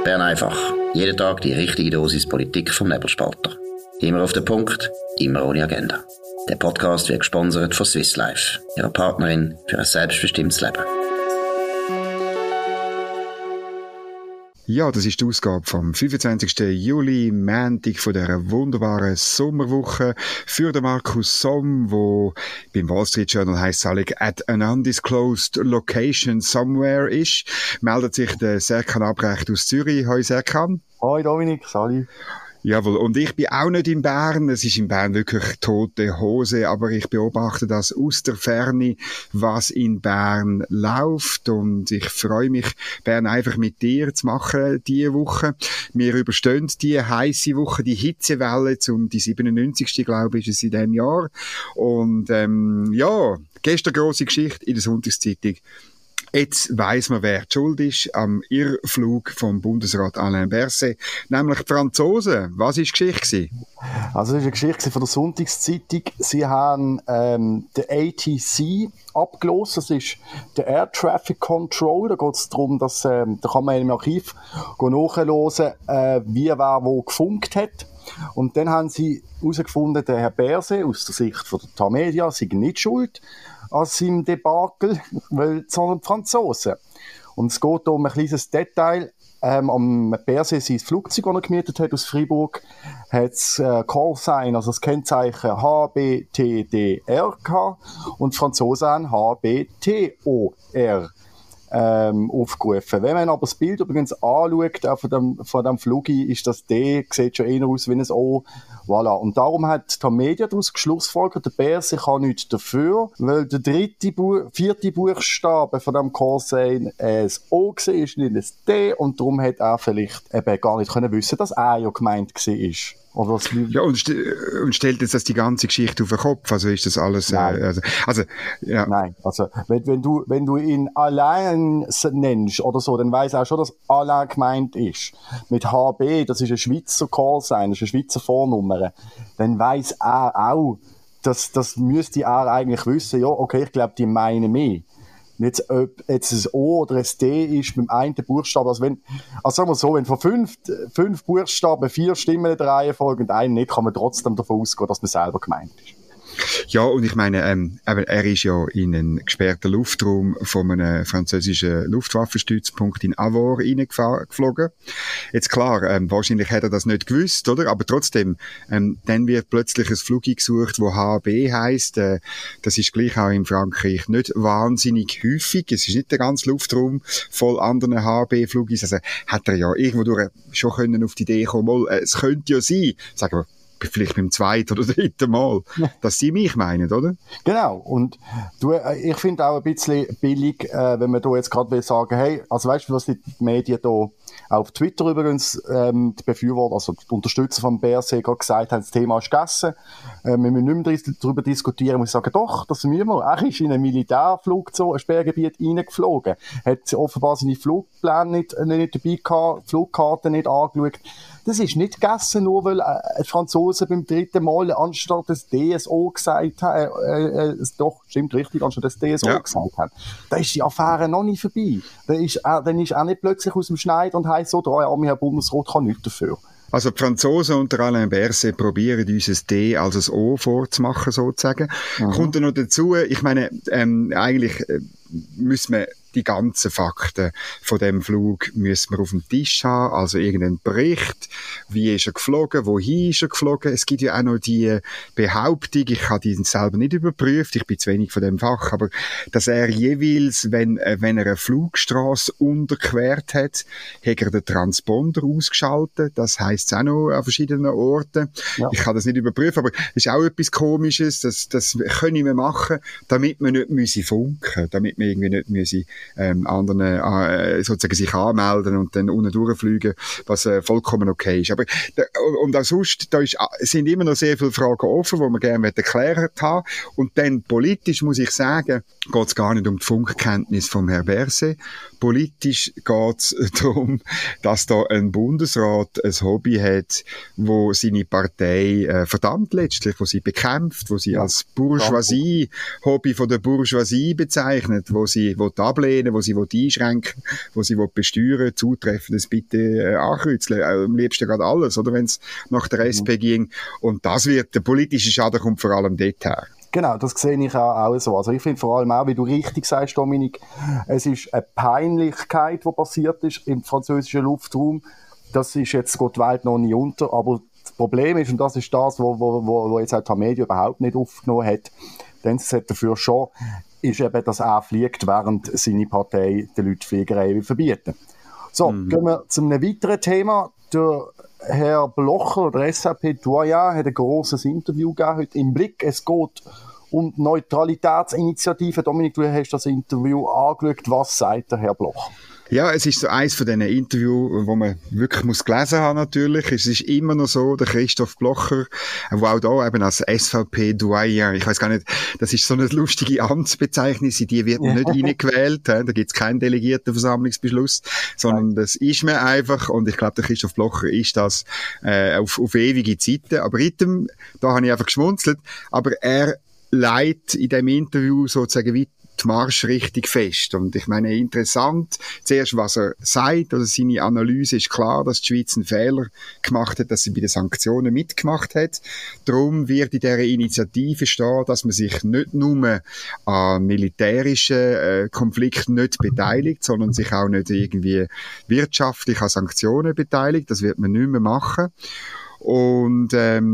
Bern einfach. Jeden Tag die richtige Dosis Politik vom Nebelspalter. Immer auf den Punkt, immer ohne Agenda. Der Podcast wird gesponsert von Swiss Life, ihrer Partnerin für ein selbstbestimmtes Leben. Ja, das ist die Ausgabe vom 25. Juli, Montag von dieser wunderbaren Sommerwoche für den Markus Somm, wo beim Wall Street Journal heisst es at an undisclosed location somewhere ist. Meldet sich der Serkan Abrecht aus Zürich. Hoi Serkan. Hoi Dominik, salut. Jawohl, und ich bin auch nicht in Bern. Es ist in Bern wirklich tote Hose, aber ich beobachte das aus der Ferne, was in Bern läuft, und ich freue mich, Bern einfach mit dir zu machen diese Woche. Wir überstehen die heisse Woche, die Hitzewelle, die 97. glaube ich, ist es in diesem Jahr. Und ja, gestern grosse Geschichte in der Sonntagszeitung. Jetzt weiss man, wer die Schuld ist am Irrflug vom Bundesrat Alain Berset, nämlich die Franzosen. Was war die Geschichte? Also, das ist eine Geschichte von der Sonntagszeitung. Sie haben den ATC abgelöst. Das ist der Air Traffic Control. Da geht es darum, dass da kann man im Archiv nachhören, wie wer wo gefunkt hat. Und dann haben sie herausgefunden, der Herr Berset aus der Sicht von der Tamedia sei nicht schuld an seinem Debakel, sondern die Franzosen. Und es geht um ein kleines Detail. Am Berset sein Flugzeug, das er gemietet hat aus Freiburg, hat das Callsign, also das Kennzeichen HBTDR gehabt, und die Franzosen haben HBTOR aufgerufen. Wenn man aber das Bild übrigens anschaut, auch von dem Flug, ist das D, sieht schon eher aus wie ein O. Voilà. Und darum hat die Media daraus geschlussfolgert, der Berset kann nichts dafür, weil der vierte Buchstabe von dem Callsign ein O war, nicht ein D, und darum hat er vielleicht eben gar nicht können wissen, dass er ja gemeint war. Oder ja, und stellt jetzt das die ganze Geschichte auf den Kopf? Also ist das alles... Nein. Ja. Nein, also wenn du ihn Alain nennst oder so, dann weiss er auch schon, dass Alain gemeint ist. Mit HB, das ist ein Schweizer Callsign, das ist eine Schweizer Vornummer. Dann weiss er auch, das müsste er eigentlich wissen, ja, okay, ich glaube, die meinen mehr. Jetzt, ob jetzt ein O oder ein D ist beim einen Buchstaben. Also sagen wir so, wenn von fünf Buchstaben 4 Stimmen in der Reihenfolge und einen nicht, kann man trotzdem davon ausgehen, dass man selber gemeint ist. Ja, und ich meine, er ist ja in einen gesperrten Luftraum von einem französischen Luftwaffenstützpunkt in Avor reingeflogen. Jetzt klar, wahrscheinlich hat er das nicht gewusst, oder? Aber trotzdem, dann wird plötzlich ein Flugzeug gesucht, wo HB heisst. Das ist gleich auch in Frankreich nicht wahnsinnig häufig. Es ist nicht der ganze Luftraum voll anderen HB-Flugzeugen. Also hat er ja irgendwo schon können auf die Idee kommen, es könnte ja sein, sagen wir, vielleicht beim zweiten oder dritten Mal, dass sie mich meinen, oder? Genau. Und ich finde auch ein bisschen billig, wenn man da jetzt gerade sagen, hey, also weißt du, was die Medien da auf Twitter übrigens die Befürworter, also die Unterstützer von Berset gerade gesagt haben, das Thema ist gegessen. Wir müssen nicht mehr darüber diskutieren. Ich sage, doch, das müssen wir. Er ist in ein Militärflugzeug, ein Sperrgebiet reingeflogen. Hat offenbar seine Flugpläne nicht dabei gehabt, Flugkarten nicht angeschaut. Das ist nicht gegessen, nur weil die Franzosen beim dritten Mal anstatt des DSO gesagt haben, doch, stimmt richtig, anstatt des DSO gesagt haben. Da ist die Affäre noch nicht vorbei. Dann ist er nicht plötzlich aus dem Schneid und heisst so, der arme Herr Bundesrat kann nichts dafür. Also die Franzosen unter Alain Berset probieren uns ein D als ein O vorzumachen, sozusagen. Kommt dann noch dazu, ich meine, eigentlich müssen wir die ganzen Fakten von dem Flug müssen wir auf dem Tisch haben, also irgendeinen Bericht, wie ist er geflogen, wohin ist er geflogen. Es gibt ja auch noch die Behauptung, ich habe die selber nicht überprüft, ich bin zu wenig von dem Fach, aber dass er jeweils, wenn er eine Flugstrasse unterquert hat, hat er den Transponder ausgeschaltet. Das heisst es auch noch an verschiedenen Orten. Ja. Ich kann das nicht überprüfen, aber es ist auch etwas Komisches, das können wir machen, damit wir nicht funken, damit wir irgendwie nicht müssen anderen sozusagen sich anmelden und dann unten durchfliegen, was vollkommen okay ist. Aber und auch sonst, sind immer noch sehr viele Fragen offen, die man gerne erklärt haben. Und dann politisch muss ich sagen, geht es gar nicht um die Funkkenntnis vom Herrn Berset. Politisch geht es darum, dass da ein Bundesrat ein Hobby hat, wo seine Partei verdammt letztlich, wo sie bekämpft, wo sie als Bourgeoisie, Hobby von der Bourgeoisie bezeichnet, wo die ablehnt ablehnen, die sie einschränken, die sie besteuern, Zutreffendes bitte ankreuzeln. Am liebsten gerade alles, oder, wenn es nach der SP ging. Und das wird, der politische Schaden kommt vor allem dort her. Genau, das sehe ich auch so. Also ich finde vor allem auch, wie du richtig sagst, Dominik, es ist eine Peinlichkeit, die passiert ist im französischen Luftraum. Das ist jetzt, geht die Welt noch nicht unter, aber das Problem ist, und das ist das, wo jetzt auch die Media überhaupt nicht aufgenommen hat, denn es hat dafür schon, ist eben, dass er fliegt, während seine Partei den Leuten Fliegerei verbieten. So, gehen wir zu einem weiteren Thema. Der Herr Blocher, der SVP-Doyen, hat ein grosses Interview gegeben heute im Blick. Es geht um die Neutralitätsinitiative. Dominik, du hast das Interview angeschaut. Was sagt der Herr Blocher? Ja, es ist so eins von diesen Interviews, wo man wirklich muss gelesen haben natürlich. Es ist immer noch so, der Christoph Blocher, der auch da eben als SVP-Doyen, ich weiß gar nicht, das ist so eine lustige Amtsbezeichnung, die wird nicht reingewählt, da gibt's keinen Delegiertenversammlungsbeschluss, sondern das ist man einfach, und ich glaube, der Christoph Blocher ist das auf ewige Zeiten. Aber da habe ich einfach geschmunzelt, aber er leitet in dem Interview sozusagen weiter die Marschrichtung fest. Und ich meine, interessant, zuerst, was er sagt, also seine Analyse ist klar, dass die Schweiz einen Fehler gemacht hat, dass sie bei den Sanktionen mitgemacht hat. Darum wird in dieser Initiative stehen, dass man sich nicht nur an militärischen Konflikten nicht beteiligt, sondern sich auch nicht irgendwie wirtschaftlich an Sanktionen beteiligt. Das wird man nicht mehr machen. Und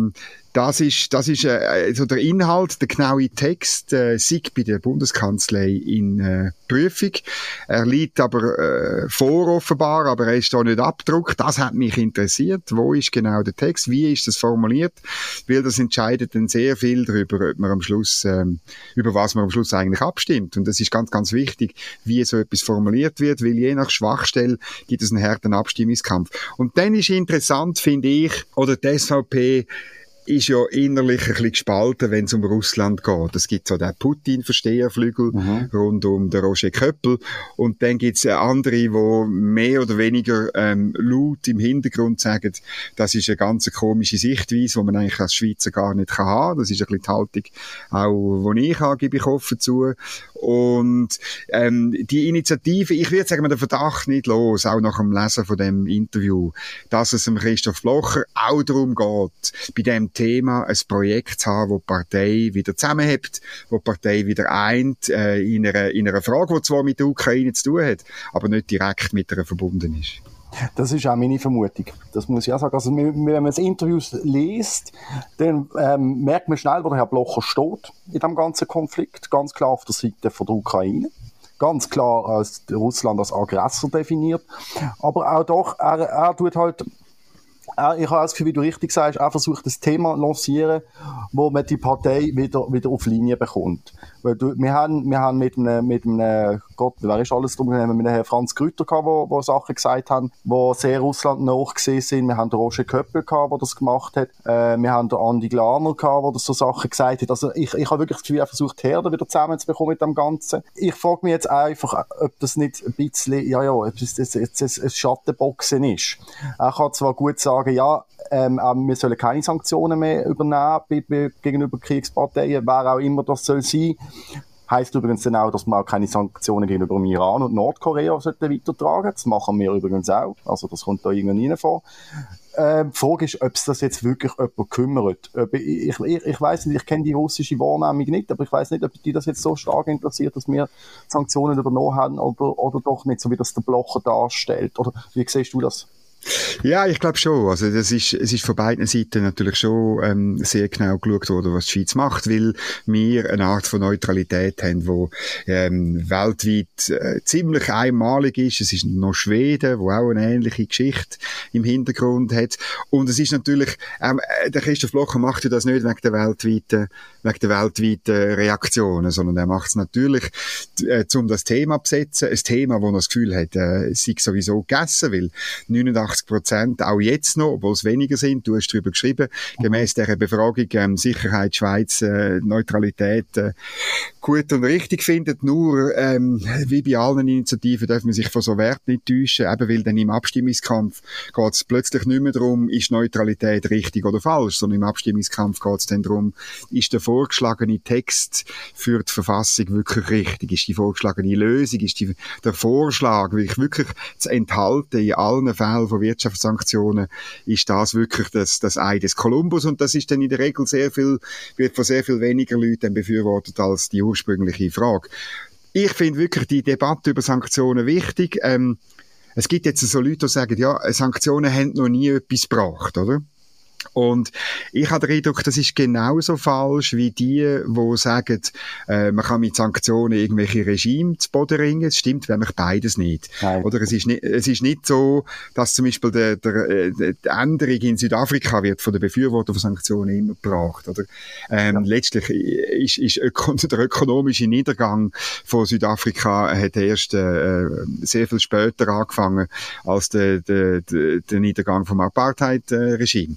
das ist so der Inhalt, der genaue Text, sei bei der Bundeskanzlei in Prüfung. Er liegt aber vor offenbar, aber er ist da nicht abgedruckt. Das hat mich interessiert. Wo ist genau der Text? Wie ist das formuliert? Weil das entscheidet dann sehr viel darüber, ob man am Schluss, über was man am Schluss eigentlich abstimmt. Und das ist ganz, ganz wichtig, wie so etwas formuliert wird, weil je nach Schwachstelle gibt es einen harten Abstimmungskampf. Und dann ist interessant, finde ich, oder die SVP ist ja innerlich ein bisschen gespalten, wenn es um Russland geht. Es gibt so den Putin-Versteherflügel rund um den Roger Köppel. Und dann gibt es andere, die mehr oder weniger laut im Hintergrund sagen, das ist eine ganz komische Sichtweise, die man eigentlich als Schweizer gar nicht haben kann. Das ist ein bisschen die Haltung, auch die ich habe, gebe ich offen zu. Und die Initiative, ich würde sagen, den Verdacht nicht los, auch nach dem Lesen von dem Interview, dass es dem Christoph Blocher auch darum geht, bei dem Thema ein Projekt zu haben, wo die Partei wieder zusammenhält, wo die Partei wieder eint, in einer Frage, die zwar mit der Ukraine zu tun hat, aber nicht direkt mit ihr verbunden ist. Das ist auch meine Vermutung. Das muss ich auch sagen. Also, wenn man das Interview liest, dann merkt man schnell, wo der Herr Blocher steht in diesem ganzen Konflikt. Ganz klar auf der Seite von der Ukraine. Ganz klar als Russland als Aggressor definiert. Aber auch doch, er tut halt, ich habe das Gefühl, wie du richtig sagst, er versucht das Thema zu lancieren, wo man die Partei wieder auf Linie bekommt. Weil wir haben mit einem Gott, wer ist alles drum, mit einem Herrn Franz Grütter gehabt, wo Sachen gesagt haben, wo sehr Russland nachgesehen sind. Wir haben den Roger Köppel gehabt, der das gemacht hat. Wir haben den Andi Glaner gehabt, der das so Sachen gesagt hat. Also ich habe wirklich das Gefühl, er versucht, die Herde wieder zusammenzubekommen mit dem Ganzen. Ich frage mich jetzt einfach, ob das nicht ein bisschen, ob das ein Schattenboxen ist. Er kann zwar gut sagen, ja, wir sollen keine Sanktionen mehr übernehmen gegenüber Kriegsparteien, wer auch immer das soll sein. Heisst übrigens dann auch, dass wir auch keine Sanktionen gegenüber dem Iran und Nordkorea weitertragen. Das machen wir übrigens auch. Also das kommt da irgendwie rein vor. Die Frage ist, ob es das jetzt wirklich jemand kümmert. Ich weiss nicht, ich kenne die russische Wahrnehmung nicht, aber ich weiss nicht, ob die das jetzt so stark interessiert, dass wir Sanktionen übernommen haben oder doch nicht, so wie das der Blocher darstellt. Oder wie siehst du das? Ja, ich glaube schon. Also es ist von beiden Seiten natürlich schon sehr genau geschaut worden, was die Schweiz macht, weil wir eine Art von Neutralität haben, die weltweit ziemlich einmalig ist. Es ist noch Schweden, wo auch eine ähnliche Geschichte im Hintergrund hat. Und es ist natürlich, der Christoph Blocher macht ja das nicht wegen der weltweiten Reaktionen, sondern er macht es natürlich, um das Thema zu besetzen. Ein Thema, wo er das Gefühl hat, es sei sowieso gegessen, weil 89 85%, auch jetzt noch, obwohl es weniger sind, du hast darüber geschrieben, gemäss dieser Befragung Sicherheit Schweiz, Neutralität gut und richtig findet. Nur, wie bei allen Initiativen, darf man sich von so Werten nicht täuschen, eben weil dann im Abstimmungskampf geht es plötzlich nicht mehr darum, ist Neutralität richtig oder falsch, sondern im Abstimmungskampf geht es dann darum, ist der vorgeschlagene Text für die Verfassung wirklich richtig, ist die vorgeschlagene Lösung, ist der Vorschlag wirklich zu enthalten in allen Fällen von Wirtschaftssanktionen, ist das wirklich das Ei des Kolumbus, und das ist dann in der Regel wird von sehr viel weniger Leuten befürwortet als die ursprüngliche Frage. Ich finde wirklich die Debatte über Sanktionen wichtig. Es gibt jetzt so Leute, die sagen, ja, Sanktionen haben noch nie etwas gebracht, oder? Und ich habe den Eindruck, das ist genauso falsch wie die sagen, man kann mit Sanktionen irgendwelche Regime zu Boden ringen. Es stimmt nämlich beides nicht. Nein. Oder es ist nicht so, dass zum Beispiel die Änderung in Südafrika wird von den Befürwortern von Sanktionen immer gebracht. Oder? Letztlich ist der ökonomische Niedergang von Südafrika hat erst sehr viel später angefangen als der Niedergang vom Apartheid-Regime.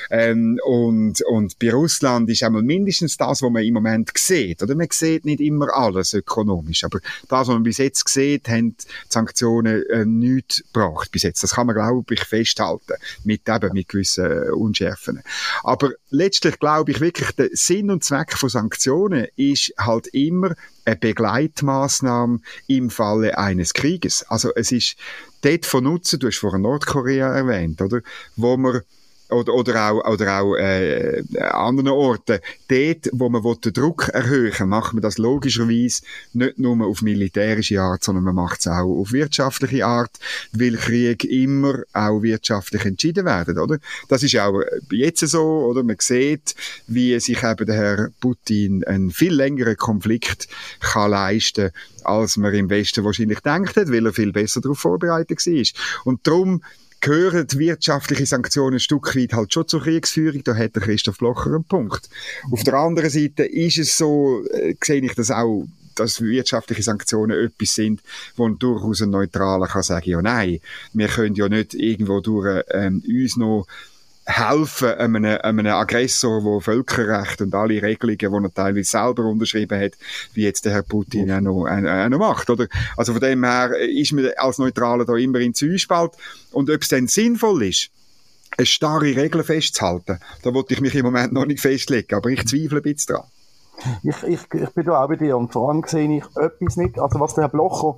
Und bei Russland ist einmal mindestens das, was man im Moment sieht. Oder man sieht nicht immer alles ökonomisch, aber das, was man bis jetzt sieht, haben die Sanktionen nichts gebracht bis jetzt. Das kann man, glaube ich, festhalten. Mit gewissen Unschärfen. Aber letztlich glaube ich wirklich, der Sinn und Zweck von Sanktionen ist halt immer eine Begleitmaßnahme im Falle eines Krieges. Also es ist dort von Nutzen, du hast vorhin Nordkorea erwähnt, oder? Wo man oder auch anderen Orten. Dort, wo man den Druck erhöhen will, macht man das logischerweise nicht nur auf militärische Art, sondern man macht es auch auf wirtschaftliche Art, weil Krieg immer auch wirtschaftlich entschieden werden, oder? Das ist auch jetzt so, oder? Man sieht, wie sich eben der Herr Putin einen viel längeren Konflikt kann leisten, als man im Westen wahrscheinlich denkt, weil er viel besser darauf vorbereitet war. Und darum gehören wirtschaftliche Sanktionen ein Stück weit halt schon zur Kriegsführung, da hat der Christoph Blocher einen Punkt. Auf der anderen Seite ist es so, sehe ich das auch, dass wirtschaftliche Sanktionen etwas sind, wo durchaus ein Neutraler kann sagen, ja nein, wir können ja nicht irgendwo durch uns noch helfen einem Aggressor, der Völkerrecht und alle Regelungen, die er teilweise selber unterschrieben hat, wie jetzt der Herr Putin auch noch macht, oder? Also von dem her ist man als Neutraler da immer in Zwiespalt. Und ob es dann sinnvoll ist, eine starre Regel festzuhalten, da wollte ich mich im Moment noch nicht festlegen, aber ich zweifle ein bisschen dran. Ich bin da auch bei dir, und vor allem sehe ich etwas nicht, also was der Herr Blocher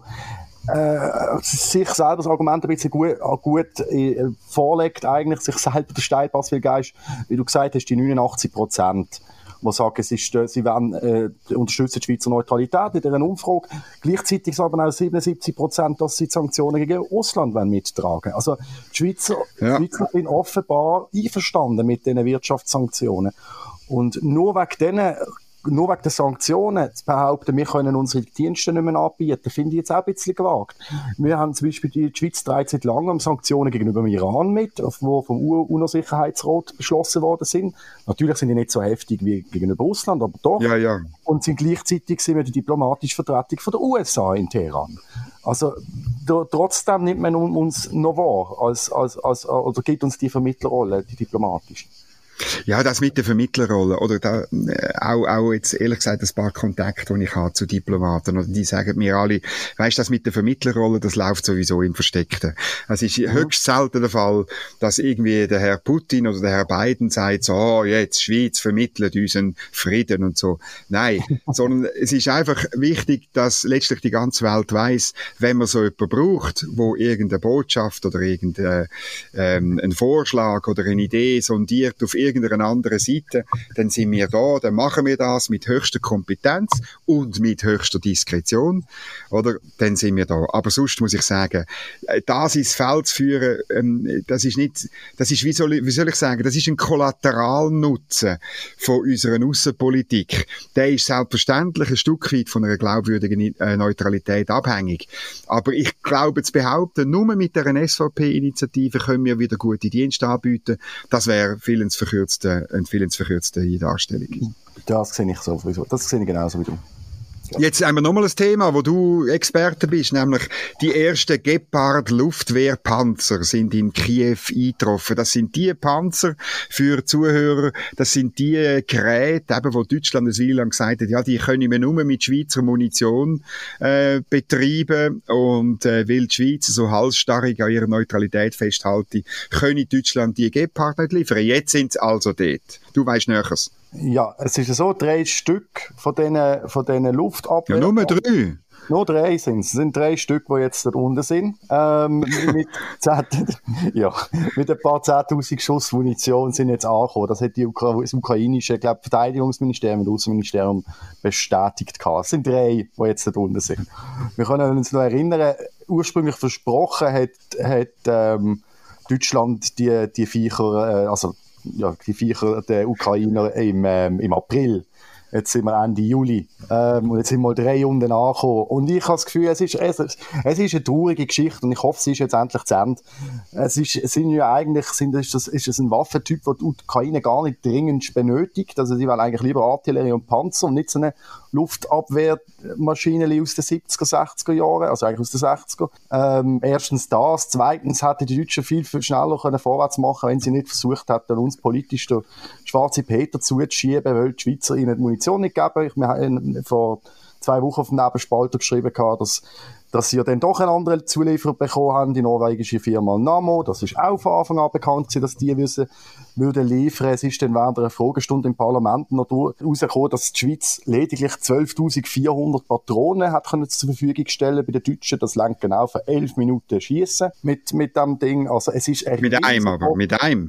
sich selber das Argument ein bisschen gut vorlegt, eigentlich sich selber der Steilpass will geben, wie du gesagt hast, die 89%, die sagen, sie unterstützen die Schweizer Neutralität in dieser Umfrage. Gleichzeitig sagen aber auch 77%, dass sie die Sanktionen gegen Russland mittragen wollen. Also die Schweizer sind offenbar einverstanden mit diesen Wirtschaftssanktionen. Und nur wegen der Sanktionen zu behaupten, wir können unsere Dienste nicht mehr anbieten, finde ich jetzt auch ein bisschen gewagt. Wir haben zum Beispiel, die Schweiz trägt seit langem Sanktionen gegenüber dem Iran mit, die vom UNO-Sicherheitsrat beschlossen worden sind. Natürlich sind die nicht so heftig wie gegenüber Russland, aber doch. Ja. Und gleichzeitig sind wir die diplomatische Vertretung von der USA in Teheran. Also trotzdem nimmt man uns noch wahr, oder gibt uns die Vermittlerrolle, die diplomatische. Ja, das mit der Vermittlerrolle, oder da, auch jetzt ehrlich gesagt ein paar Kontakte, die ich habe zu Diplomaten, oder die sagen mir alle, weisst, das mit der Vermittlerrolle, das läuft sowieso im Versteckten. Es ist höchst selten der Fall, dass irgendwie der Herr Putin oder der Herr Biden sagt, so, jetzt Schweiz vermittelt unseren Frieden und so. Nein, sondern es ist einfach wichtig, dass letztlich die ganze Welt weiss, wenn man so jemanden braucht, wo irgendeine Botschaft oder irgendein Vorschlag oder eine Idee sondiert auf irgendeiner anderen Seite, dann sind wir da, dann machen wir das mit höchster Kompetenz und mit höchster Diskretion, oder? Dann sind wir da. Aber sonst muss ich sagen, das ins Feld zu führen, das ist wie soll ich sagen, das ist ein Kollateralnutzen von unserer Aussenpolitik. Der ist selbstverständlich ein Stück weit von einer glaubwürdigen Neutralität abhängig. Aber ich glaube zu behaupten, nur mit einer SVP-Initiative können wir wieder gute Dienste anbieten. Das wäre viel ins Verkürzte Darstellung. Das sehe ich sowieso. Das sehe ich genauso wie du. Jetzt haben wir nochmal ein Thema, wo du Experte bist, nämlich die ersten Gepard-Luftwehrpanzer sind in Kiew eingetroffen. Das sind die Panzer für Zuhörer, das sind die Geräte, eben, wo Deutschland eine Weile lang gesagt hat, ja, die können wir nur mit Schweizer Munition betreiben und weil die Schweiz so halsstarrig an ihrer Neutralität festhält, können Deutschland die Gepard nicht liefern. Jetzt sind sie also dort. Du weisst Näheres. Ja, es ist so, 3 Stück von diesen Luftabwehr. Ja, nur 3. Nur 3 sind es. Es sind 3 Stück, die jetzt da unten sind. Mit ein paar 10.000 Schuss Munition sind jetzt angekommen. Das hat das ukrainische, Verteidigungsministerium und Außenministerium bestätigt gehabt. Es sind 3, die jetzt da unten sind. Wir können uns noch erinnern, ursprünglich versprochen hat Deutschland die Viecher, die Viecher der Ukrainer im April. Jetzt sind wir Ende Juli. Und jetzt sind mal 3 unten angekommen. Und ich habe das Gefühl, es ist eine traurige Geschichte und ich hoffe, sie ist jetzt endlich zu Ende. Es ist ein Waffentyp, den die Ukraine gar nicht dringend benötigt. Also sie wollen eigentlich lieber Artillerie und Panzer und nicht so eine Luftabwehrmaschine aus den 70er, 60er Jahren, also eigentlich aus den 60er. Erstens das. Zweitens hätten die Deutschen viel schneller vorwärts machen können, wenn sie nicht versucht hätten, uns politisch den schwarzen Peter zuzuschieben, weil die Schweizer ihnen die Munition nicht geben. Wir haben vor 2 Wochen auf dem Nebenspalter geschrieben, dass sie ja dann doch einen anderen Zulieferer bekommen haben, die norwegische Firma Nammo. Das ist auch von Anfang an bekannt gewesen, dass die würden liefern. Es ist dann während einer Fragestunde im Parlament noch rausgekommen, dass die Schweiz lediglich 12.400 Patronen hat können zur Verfügung stellen bei den Deutschen. Das lenkt genau für 11 Minuten Schiessen mit dem Ding. Also es ist mit einem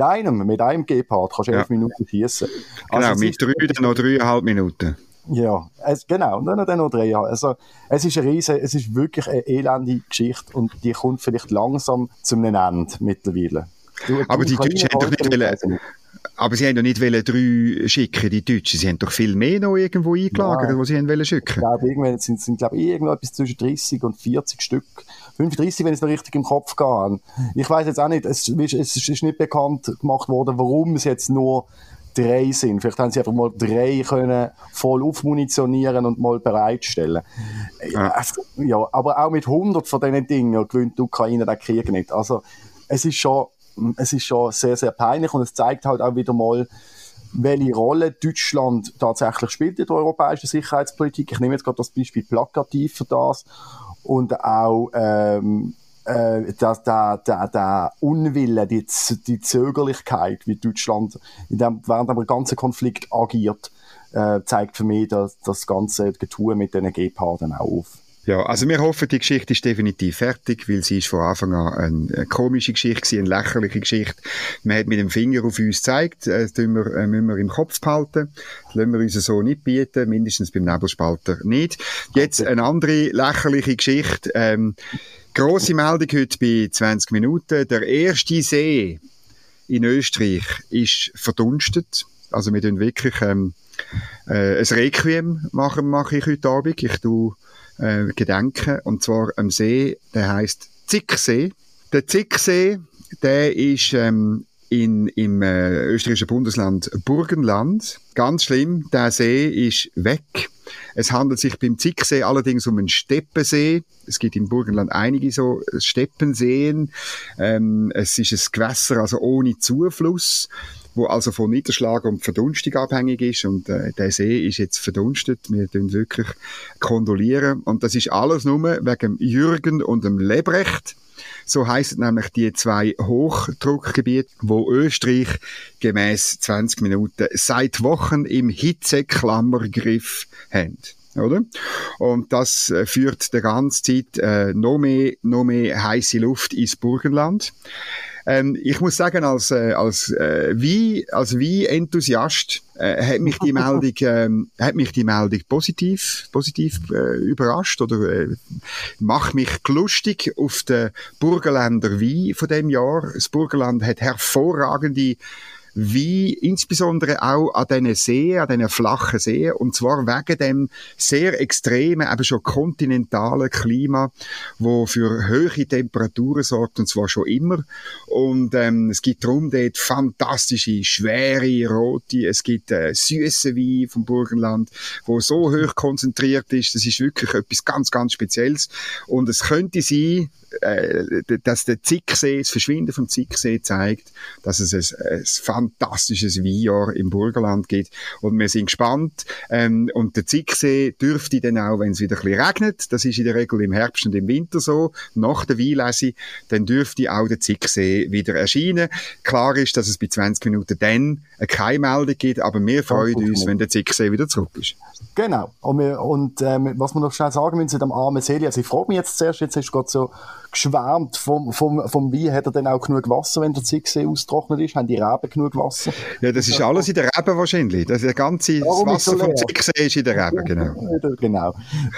Gepard kannst du 11 Minuten schiessen. Genau, also mit 3 dann noch 3,5 Minuten. Ja, genau, dann noch 3 Jahre. Also, es ist wirklich eine elende Geschichte und die kommt vielleicht langsam zum Ende mittlerweile. Aber die Deutschen haben doch nicht wollen, aber sie haben doch nicht 3 schicken, die Deutschen. Sie haben doch viel mehr noch irgendwo eingelagert, was sie haben wollen schicken. Ich glaube, irgendwann sind irgendetwas zwischen 30 und 40 Stück. 35, wenn ich es noch richtig im Kopf gehe. Ich weiss jetzt auch nicht, es ist nicht bekannt gemacht worden, warum es jetzt nur 3 sind. Vielleicht haben sie einfach mal 3 können voll aufmunitionieren und mal bereitstellen. Ja, aber auch mit 100 von diesen Dingen gewinnt die Ukraine den Krieg nicht. Also, es ist schon sehr, sehr peinlich und es zeigt halt auch wieder mal, welche Rolle Deutschland tatsächlich spielt in der europäischen Sicherheitspolitik. Ich nehme jetzt gerade das Beispiel plakativ für das und auch der Unwille, die Zögerlichkeit, wie Deutschland während dem ganzen Konflikt agiert, zeigt für mich das ganze Getue mit diesen Geparden auch auf. Ja, also wir hoffen, die Geschichte ist definitiv fertig, weil sie ist von Anfang an eine komische Geschichte, eine lächerliche Geschichte. Man hat mit dem Finger auf uns gezeigt, das müssen wir im Kopf behalten. Das lassen wir uns so nicht bieten, mindestens beim Nebelspalter nicht. Jetzt eine andere lächerliche Geschichte. Grosse Meldung heute bei 20 Minuten. Der erste See in Österreich ist verdunstet. Also wir tun wirklich ein Requiem mache ich heute Abend. Ich tue gedenken, und zwar am See, der heisst Zicksee. Der Zicksee, der ist im österreichischen Bundesland Burgenland. Ganz schlimm, der See ist weg. Es handelt sich beim Zicksee allerdings um einen Steppensee. Es gibt im Burgenland einige so Steppenseen. Es ist ein Gewässer, also ohne Zufluss, wo also von Niederschlag und Verdunstung abhängig ist. Und der See ist jetzt verdunstet. Wir tun wirklich kondolieren. Und das ist alles nur wegen Jürgen und dem Lebrecht. So heisst nämlich die 2 Hochdruckgebiete, wo Österreich gemäss 20 Minuten seit Wochen im Hitzeklammergriff haben. Oder? Und das führt die ganze Zeit noch mehr heisse Luft ins Burgenland. Ich muss sagen, als Wein-Enthusiast hat mich die Meldung positiv überrascht oder macht mich lustig auf den Burgenländer Wein von dem Jahr. Das Burgenland hat hervorragende Wein, insbesondere auch an diesen Seen, an diesen flachen Seen, und zwar wegen dem sehr extremen, eben schon kontinentalen Klima, wo für hohe Temperaturen sorgt, und zwar schon immer. Und es gibt darum dort fantastische, schwere, rote, es gibt süße Wein vom Burgenland, wo so hoch konzentriert ist, das ist wirklich etwas ganz, ganz Spezielles. Und es könnte sein, dass der Zicksee, das Verschwinden vom Zicksee zeigt, dass es ein fantastisches Weinjahr im Burgenland gibt. Und wir sind gespannt. Und der Zicksee dürfte dann auch, wenn es wieder ein bisschen regnet, das ist in der Regel im Herbst und im Winter so, nach der Weinlese, dann dürfte auch der Zicksee wieder erscheinen. Klar ist, dass es bei 20 Minuten dann keine Meldung gibt, aber wir freuen uns, wenn der Zicksee wieder zurück ist. Genau. Und was wir noch schnell sagen müssen, am armen Seeli, also ich frage mich jetzt zuerst, jetzt hast du gerade so geschwärmt vom Wein, hat er denn auch genug Wasser, wenn der Zicksee austrocknet ist? Haben die Reben genug Wasser? Ja, das ist alles in der Rebe wahrscheinlich. Das Wasser vom Zicksee ist in der Rebe, genau. Genau.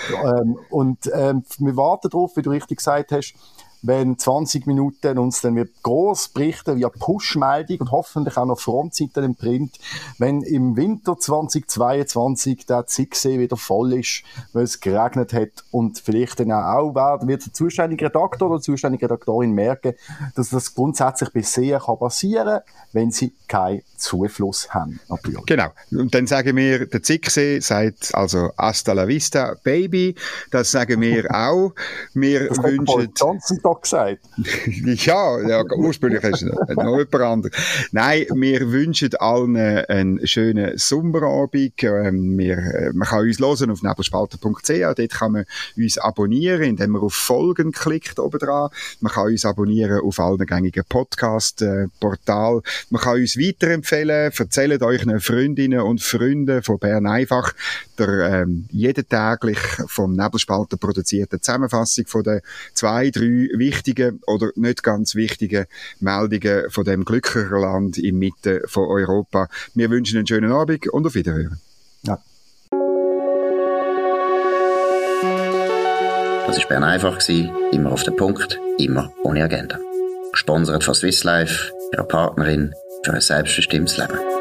Wir warten darauf, wie du richtig gesagt hast, wenn 20 Minuten uns dann wird gross berichten via Push-Meldung und hoffentlich auch noch Frontseiten im Print, wenn im Winter 2022 der Zicksee wieder voll ist, weil es geregnet hat und vielleicht dann auch wird der zuständige Redaktor oder die zuständige Redaktorin merken, dass das grundsätzlich bei Seen kann passieren, wenn sie keinen Zufluss haben. Natürlich. Genau. Und dann sagen wir, der Zicksee sagt also hasta la vista, Baby. Das sagen wir auch. Wir das wünschen... gesagt. ja, ursprünglich ist es noch jemand anderes. Nein, wir wünschen allen einen schönen Sommerabend. Man kann uns hören auf nebelspalter.ch. Dort kann man uns abonnieren, indem man auf Folgen klickt oben dran. Man kann uns abonnieren auf allen gängigen Podcast-Portalen. Man kann uns weiterempfehlen. Erzählt euren Freundinnen und Freunden von Bern einfach der jeden täglich vom Nebelspalter produzierte Zusammenfassung von den 2-3 wichtigen oder nicht ganz wichtigen Meldungen von dem glücklichen Land in Mitte von Europa. Wir wünschen einen schönen Abend und auf Wiederhören. Ja. Das war Bern einfach, immer auf den Punkt, immer ohne Agenda. Gesponsert von Swiss Life, ihrer Partnerin für ein selbstbestimmtes Leben.